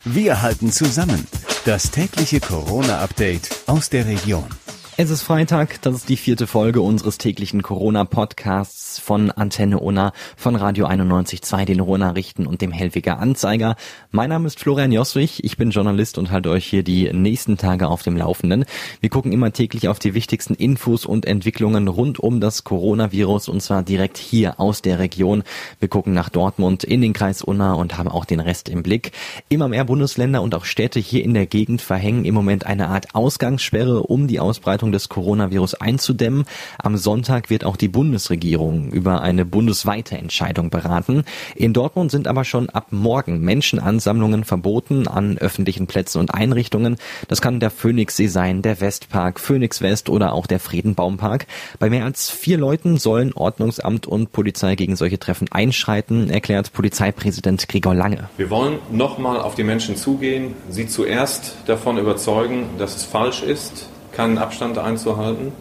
Wir halten zusammen. Das tägliche Corona-Update aus der Region. Es ist Freitag, das ist die 4. Folge unseres täglichen Corona-Podcasts von Antenne Unna, von Radio 91.2, den Ruhrnachrichten und dem Hellwiger Anzeiger. Mein Name ist Florian Joswig, ich bin Journalist und halte euch hier die nächsten Tage auf dem Laufenden. Wir gucken immer täglich auf die wichtigsten Infos und Entwicklungen rund um das Coronavirus und zwar direkt hier aus der Region. Wir gucken nach Dortmund in den Kreis Unna und haben auch den Rest im Blick. Immer mehr Bundesländer und auch Städte hier in der Gegend verhängen im Moment eine Art Ausgangssperre, um die Ausbreitung des Coronavirus einzudämmen. Am Sonntag wird auch die Bundesregierung über eine bundesweite Entscheidung beraten. In Dortmund sind aber schon ab morgen Menschenansammlungen verboten an öffentlichen Plätzen und Einrichtungen. Das kann der Phoenixsee sein, der Westpark, Phoenix West oder auch der Friedenbaumpark. Bei mehr als 4 Leuten sollen Ordnungsamt und Polizei gegen solche Treffen einschreiten, erklärt Polizeipräsident Gregor Lange. Wir wollen nochmal auf die Menschen zugehen, sie zuerst davon überzeugen, dass es falsch ist, keinen Abstand einzuhalten.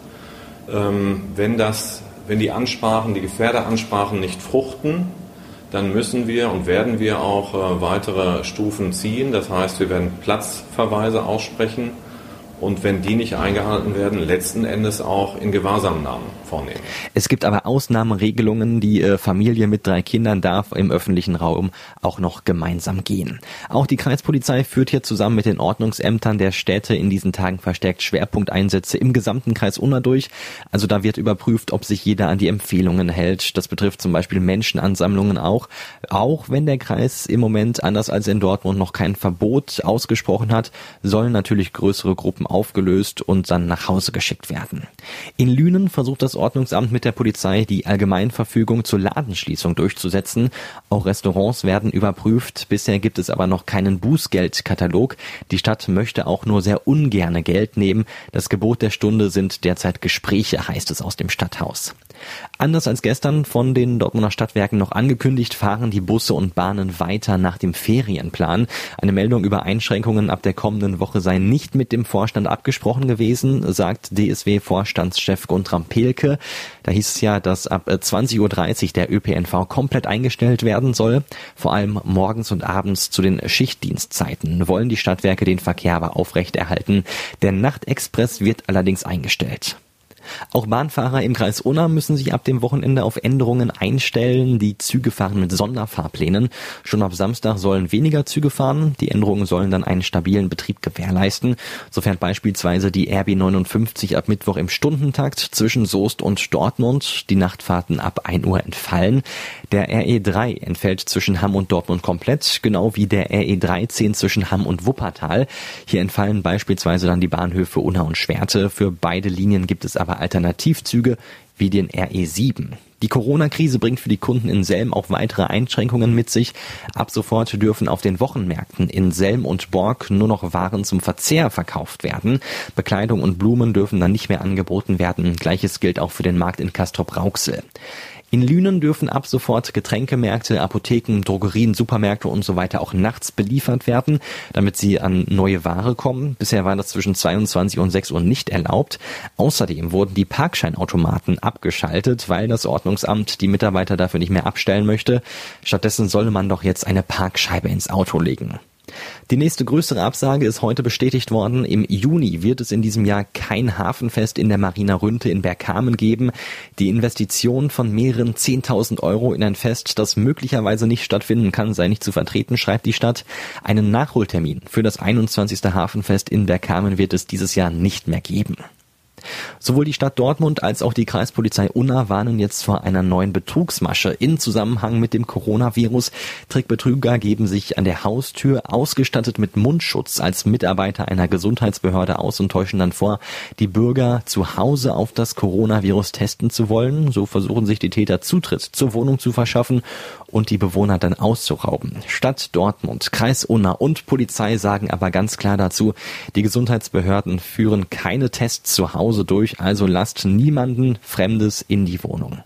Wenn die Ansprachen, die Gefährderansprachen nicht fruchten, dann müssen wir und werden wir auch weitere Stufen ziehen. Das heißt, wir werden Platzverweise aussprechen und wenn die nicht eingehalten werden, letzten Endes auch in Gewahrsamnahmen vornehmen. Es gibt aber Ausnahmeregelungen, die Familie mit 3 Kindern darf im öffentlichen Raum auch noch gemeinsam gehen. Auch die Kreispolizei führt hier zusammen mit den Ordnungsämtern der Städte in diesen Tagen verstärkt Schwerpunkteinsätze im gesamten Kreis Unna durch. Also da wird überprüft, ob sich jeder an die Empfehlungen hält. Das betrifft zum Beispiel Menschenansammlungen auch wenn der Kreis im Moment, anders als in Dortmund, noch kein Verbot ausgesprochen hat, sollen natürlich größere Gruppen aufgelöst und dann nach Hause geschickt werden. In Lünen versucht das Ordnungsamt mit der Polizei die Allgemeinverfügung zur Ladenschließung durchzusetzen. Auch Restaurants werden überprüft. Bisher gibt es aber noch keinen Bußgeldkatalog. Die Stadt möchte auch nur sehr ungerne Geld nehmen. Das Gebot der Stunde sind derzeit Gespräche, heißt es aus dem Stadthaus. Anders als gestern von den Dortmunder Stadtwerken noch angekündigt, fahren die Busse und Bahnen weiter nach dem Ferienplan. Eine Meldung über Einschränkungen ab der kommenden Woche sei nicht mit dem Vorstand abgesprochen gewesen, sagt DSW-Vorstandschef Guntram Pehlke. Da hieß es ja, dass ab 20.30 Uhr der ÖPNV komplett eingestellt werden soll. Vor allem morgens und abends zu den Schichtdienstzeiten wollen die Stadtwerke den Verkehr aber aufrechterhalten. Der Nachtexpress wird allerdings eingestellt. Auch Bahnfahrer im Kreis Unna müssen sich ab dem Wochenende auf Änderungen einstellen. Die Züge fahren mit Sonderfahrplänen. Schon ab Samstag sollen weniger Züge fahren. Die Änderungen sollen dann einen stabilen Betrieb gewährleisten. So fährt beispielsweise die RB 59 ab Mittwoch im Stundentakt zwischen Soest und Dortmund. Die Nachtfahrten ab 1 Uhr entfallen. Der RE3 entfällt zwischen Hamm und Dortmund komplett, genau wie der RE13 zwischen Hamm und Wuppertal. Hier entfallen beispielsweise dann die Bahnhöfe Unna und Schwerte. Für beide Linien gibt es aber Alternativzüge wie den RE7. Die Corona-Krise bringt für die Kunden in Selm auch weitere Einschränkungen mit sich. Ab sofort dürfen auf den Wochenmärkten in Selm und Bork nur noch Waren zum Verzehr verkauft werden. Bekleidung und Blumen dürfen dann nicht mehr angeboten werden. Gleiches gilt auch für den Markt in Castrop-Rauxel. In Lünen dürfen ab sofort Getränkemärkte, Apotheken, Drogerien, Supermärkte und so weiter auch nachts beliefert werden, damit sie an neue Ware kommen. Bisher war das zwischen 22 und 6 Uhr nicht erlaubt. Außerdem wurden die Parkscheinautomaten abgeschaltet, weil das Ordnungsamt die Mitarbeiter dafür nicht mehr abstellen möchte. Stattdessen solle man doch jetzt eine Parkscheibe ins Auto legen. Die nächste größere Absage ist heute bestätigt worden. Im Juni wird es in diesem Jahr kein Hafenfest in der Marina Rünte in Bergkamen geben. Die Investition von mehreren 10.000 Euro in ein Fest, das möglicherweise nicht stattfinden kann, sei nicht zu vertreten, schreibt die Stadt. Einen Nachholtermin für das 21. Hafenfest in Bergkamen wird es dieses Jahr nicht mehr geben. Sowohl die Stadt Dortmund als auch die Kreispolizei Unna warnen jetzt vor einer neuen Betrugsmasche in Zusammenhang mit dem Coronavirus. Trickbetrüger geben sich an der Haustür ausgestattet mit Mundschutz als Mitarbeiter einer Gesundheitsbehörde aus und täuschen dann vor, die Bürger zu Hause auf das Coronavirus testen zu wollen. So versuchen sich die Täter Zutritt zur Wohnung zu verschaffen und die Bewohner dann auszurauben. Stadt Dortmund, Kreis Unna und Polizei sagen aber ganz klar dazu, die Gesundheitsbehörden führen keine Tests zu Hause durch, also lasst niemanden Fremdes in die Wohnung.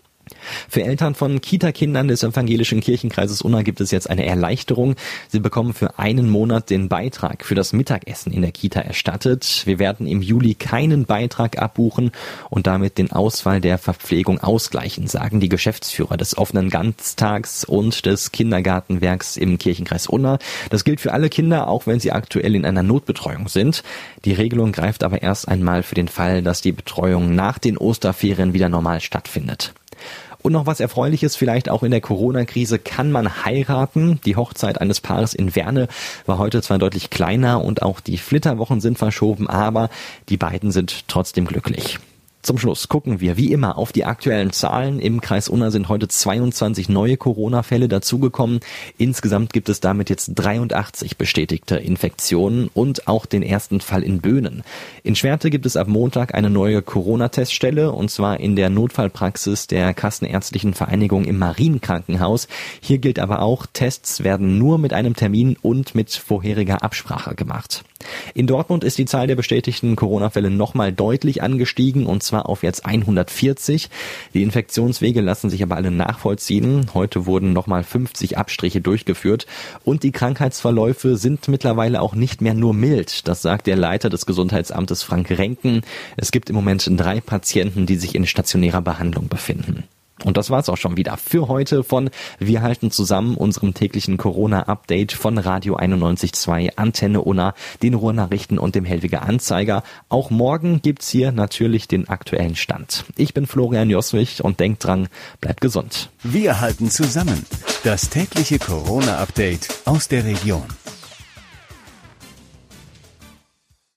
Für Eltern von Kita-Kindern des evangelischen Kirchenkreises Unna gibt es jetzt eine Erleichterung. Sie bekommen für einen Monat den Beitrag für das Mittagessen in der Kita erstattet. Wir werden im Juli keinen Beitrag abbuchen und damit den Ausfall der Verpflegung ausgleichen, sagen die Geschäftsführer des offenen Ganztags und des Kindergartenwerks im Kirchenkreis Unna. Das gilt für alle Kinder, auch wenn sie aktuell in einer Notbetreuung sind. Die Regelung greift aber erst einmal für den Fall, dass die Betreuung nach den Osterferien wieder normal stattfindet. Und noch was Erfreuliches, vielleicht auch in der Corona-Krise kann man heiraten. Die Hochzeit eines Paares in Werne war heute zwar deutlich kleiner und auch die Flitterwochen sind verschoben, aber die beiden sind trotzdem glücklich. Zum Schluss gucken wir wie immer auf die aktuellen Zahlen. Im Kreis Unna sind heute 22 neue Corona-Fälle dazugekommen. Insgesamt gibt es damit jetzt 83 bestätigte Infektionen und auch den ersten Fall in Böhnen. In Schwerte gibt es ab Montag eine neue Corona-Teststelle und zwar in der Notfallpraxis der Kassenärztlichen Vereinigung im Marienkrankenhaus. Hier gilt aber auch, Tests werden nur mit einem Termin und mit vorheriger Absprache gemacht. In Dortmund ist die Zahl der bestätigten Corona-Fälle nochmal deutlich angestiegen und zwar auf jetzt 140. Die Infektionswege lassen sich aber alle nachvollziehen. Heute wurden nochmal 50 Abstriche durchgeführt und die Krankheitsverläufe sind mittlerweile auch nicht mehr nur mild. Das sagt der Leiter des Gesundheitsamtes Frank Renken. Es gibt im Moment 3 Patienten, die sich in stationärer Behandlung befinden. Und das war's auch schon wieder für heute von Wir halten zusammen, unserem täglichen Corona-Update von Radio 91.2, Antenne Unna, den Ruhrnachrichten und dem Hellwiger Anzeiger. Auch morgen gibt's hier natürlich den aktuellen Stand. Ich bin Florian Joswig und denkt dran, bleibt gesund. Wir halten zusammen. Das tägliche Corona-Update aus der Region.